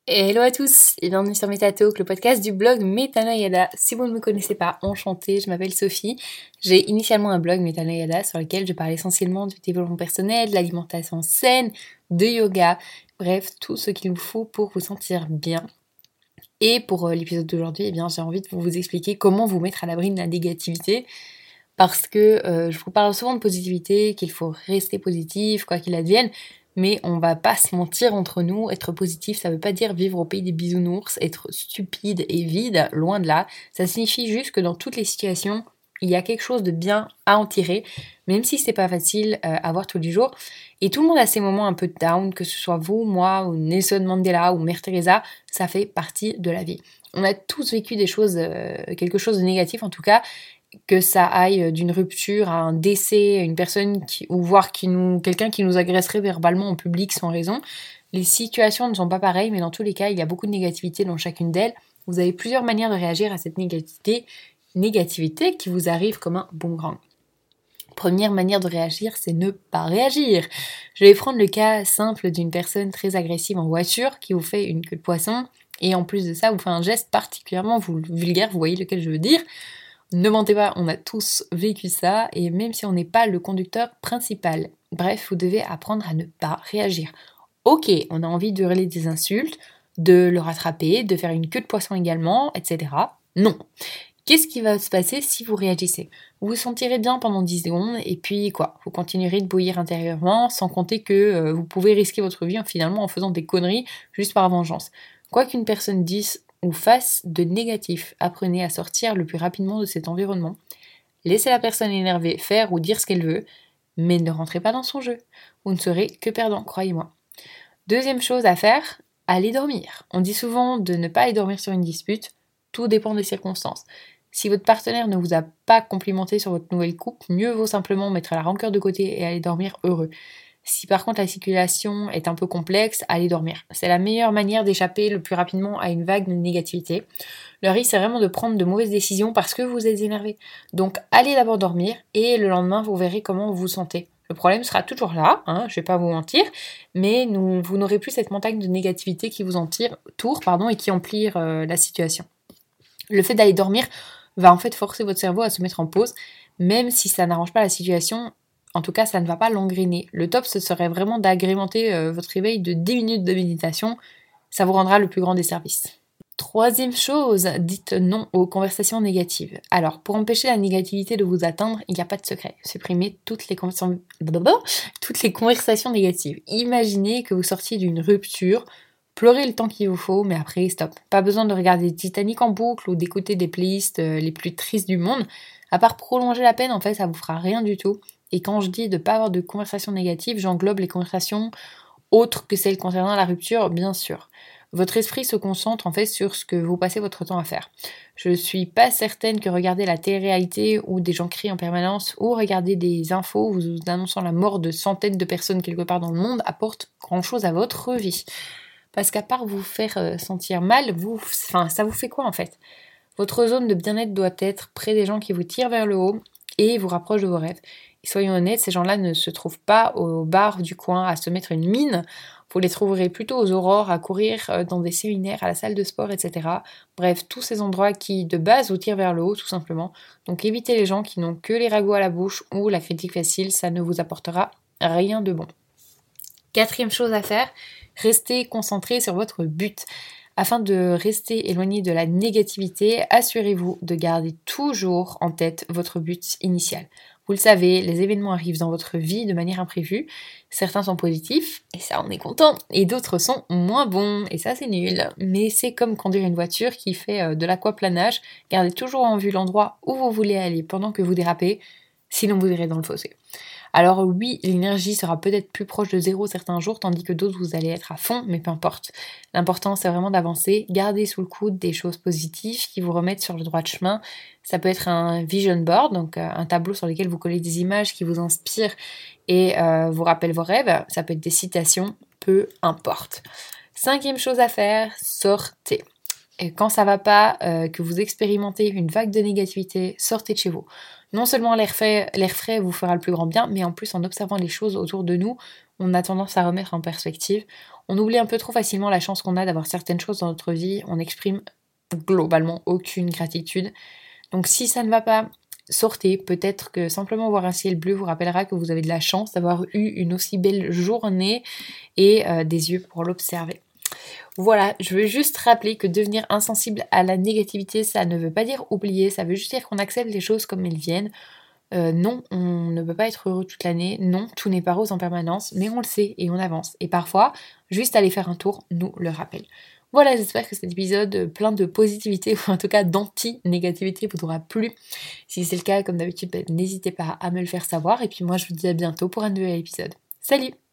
Hello à tous et bienvenue sur MetaTalk, le podcast du blog Metanoïada. Si vous ne me connaissez pas, enchantée, je m'appelle Sophie. J'ai initialement un blog Metanoïada sur lequel je parle essentiellement du développement personnel, de l'alimentation saine, de yoga, bref, tout ce qu'il vous faut pour vous sentir bien. Et pour l'épisode d'aujourd'hui, j'ai envie de vous expliquer comment vous mettre à l'abri de la négativité. Parce que je vous parle souvent de positivité, qu'il faut rester positif, quoi qu'il advienne. Mais on va pas se mentir entre nous, être positif, ça veut pas dire vivre au pays des bisounours, être stupide et vide, loin de là. Ça signifie juste que dans toutes les situations, il y a quelque chose de bien à en tirer, même si c'est pas facile à voir tous les jours. Et tout le monde a ses moments un peu down, que ce soit vous, moi, ou Nelson Mandela, ou Mère Teresa, ça fait partie de la vie. On a tous vécu des choses, quelque chose de négatif en tout cas, que ça aille d'une rupture à un décès, une personne quelqu'un qui nous agresserait verbalement en public sans raison. Les situations ne sont pas pareilles, mais dans tous les cas, il y a beaucoup de négativité dans chacune d'elles. Vous avez plusieurs manières de réagir à cette négativité qui vous arrive comme un boomerang. Première manière de réagir, c'est ne pas réagir. Je vais prendre le cas simple d'une personne très agressive en voiture qui vous fait une queue de poisson et en plus de ça, vous fait un geste particulièrement vulgaire, vous voyez lequel je veux dire. Ne mentez pas, on a tous vécu ça, et même si on n'est pas le conducteur principal, bref, vous devez apprendre à ne pas réagir. Ok, on a envie de hurler des insultes, de le rattraper, de faire une queue de poisson également, etc. Non. Qu'est-ce qui va se passer si vous réagissez ? Vous vous sentirez bien pendant 10 secondes, et puis quoi ? Vous continuerez de bouillir intérieurement, sans compter que vous pouvez risquer votre vie finalement en faisant des conneries juste par vengeance. Quoi qu'une personne dise ou face de négatif, apprenez à sortir le plus rapidement de cet environnement. Laissez la personne énervée faire ou dire ce qu'elle veut, mais ne rentrez pas dans son jeu. Vous ne serez que perdant, croyez-moi. Deuxième chose à faire, allez dormir. On dit souvent de ne pas aller dormir sur une dispute, tout dépend des circonstances. Si votre partenaire ne vous a pas complimenté sur votre nouvelle coupe, mieux vaut simplement mettre la rancœur de côté et aller dormir heureux. Si par contre la situation est un peu complexe, allez dormir. C'est la meilleure manière d'échapper le plus rapidement à une vague de négativité. Le risque, c'est vraiment de prendre de mauvaises décisions parce que vous êtes énervé. Donc allez d'abord dormir et le lendemain, vous verrez comment vous vous sentez. Le problème sera toujours là, je vais pas vous mentir, mais vous n'aurez plus cette montagne de négativité qui vous entoure et qui empire la situation. Le fait d'aller dormir va en fait forcer votre cerveau à se mettre en pause, même si ça n'arrange pas la situation. En tout cas, ça ne va pas l'engrainer. Le top, ce serait vraiment d'agrémenter votre réveil de 10 minutes de méditation. Ça vous rendra le plus grand des services. Troisième chose, dites non aux conversations négatives. Alors, pour empêcher la négativité de vous atteindre, il n'y a pas de secret. Supprimez toutes les conversations négatives. Imaginez que vous sortiez d'une rupture, pleurez le temps qu'il vous faut, mais après, stop. Pas besoin de regarder Titanic en boucle ou d'écouter des playlists les plus tristes du monde. À part prolonger la peine, en fait, ça vous fera rien du tout. Et quand je dis de ne pas avoir de conversations négatives, j'englobe les conversations autres que celles concernant la rupture, bien sûr. Votre esprit se concentre en fait sur ce que vous passez votre temps à faire. Je suis pas certaine que regarder la télé-réalité où des gens crient en permanence ou regarder des infos vous annonçant la mort de centaines de personnes quelque part dans le monde apporte grand chose à votre vie. Parce qu'à part vous faire sentir mal, ça vous fait quoi en fait ? Votre zone de bien-être doit être près des gens qui vous tirent vers le haut et vous rapprochent de vos rêves. Et soyons honnêtes, ces gens-là ne se trouvent pas au bar du coin à se mettre une mine. Vous les trouverez plutôt aux aurores, à courir dans des séminaires, à la salle de sport, etc. Bref, tous ces endroits qui, de base, vous tirent vers le haut, tout simplement. Donc évitez les gens qui n'ont que les ragots à la bouche ou la critique facile, ça ne vous apportera rien de bon. Quatrième chose à faire, restez concentré sur votre but. Afin de rester éloigné de la négativité, assurez-vous de garder toujours en tête votre but initial. Vous le savez, les événements arrivent dans votre vie de manière imprévue. Certains sont positifs, et ça on est content, et d'autres sont moins bons, et ça c'est nul. Mais c'est comme conduire une voiture qui fait de l'aquaplanage. Gardez toujours en vue l'endroit où vous voulez aller pendant que vous dérapez, sinon vous irez dans le fossé. Alors oui, l'énergie sera peut-être plus proche de zéro certains jours, tandis que d'autres vous allez être à fond, mais peu importe. L'important c'est vraiment d'avancer, garder sous le coude des choses positives qui vous remettent sur le droit chemin. Ça peut être un vision board, donc un tableau sur lequel vous collez des images qui vous inspirent et vous rappellent vos rêves. Ça peut être des citations, peu importe. Cinquième chose à faire, sortez. Et quand ça va pas, que vous expérimentez une vague de négativité, sortez de chez vous. Non seulement l'air frais vous fera le plus grand bien, mais en plus en observant les choses autour de nous, on a tendance à remettre en perspective. On oublie un peu trop facilement la chance qu'on a d'avoir certaines choses dans notre vie, on n'exprime globalement aucune gratitude. Donc si ça ne va pas, sortez, peut-être que simplement voir un ciel bleu vous rappellera que vous avez de la chance d'avoir eu une aussi belle journée et des yeux pour l'observer. Voilà, je veux juste rappeler que devenir insensible à la négativité, ça ne veut pas dire oublier, ça veut juste dire qu'on accepte les choses comme elles viennent. Non, on ne peut pas être heureux toute l'année, non, tout n'est pas rose en permanence, mais on le sait et on avance. Et parfois, juste aller faire un tour nous le rappelle. Voilà, j'espère que cet épisode plein de positivité, ou en tout cas d'anti-négativité, vous aura plu. Si c'est le cas, comme d'habitude, n'hésitez pas à me le faire savoir. Et puis moi, je vous dis à bientôt pour un nouvel épisode. Salut!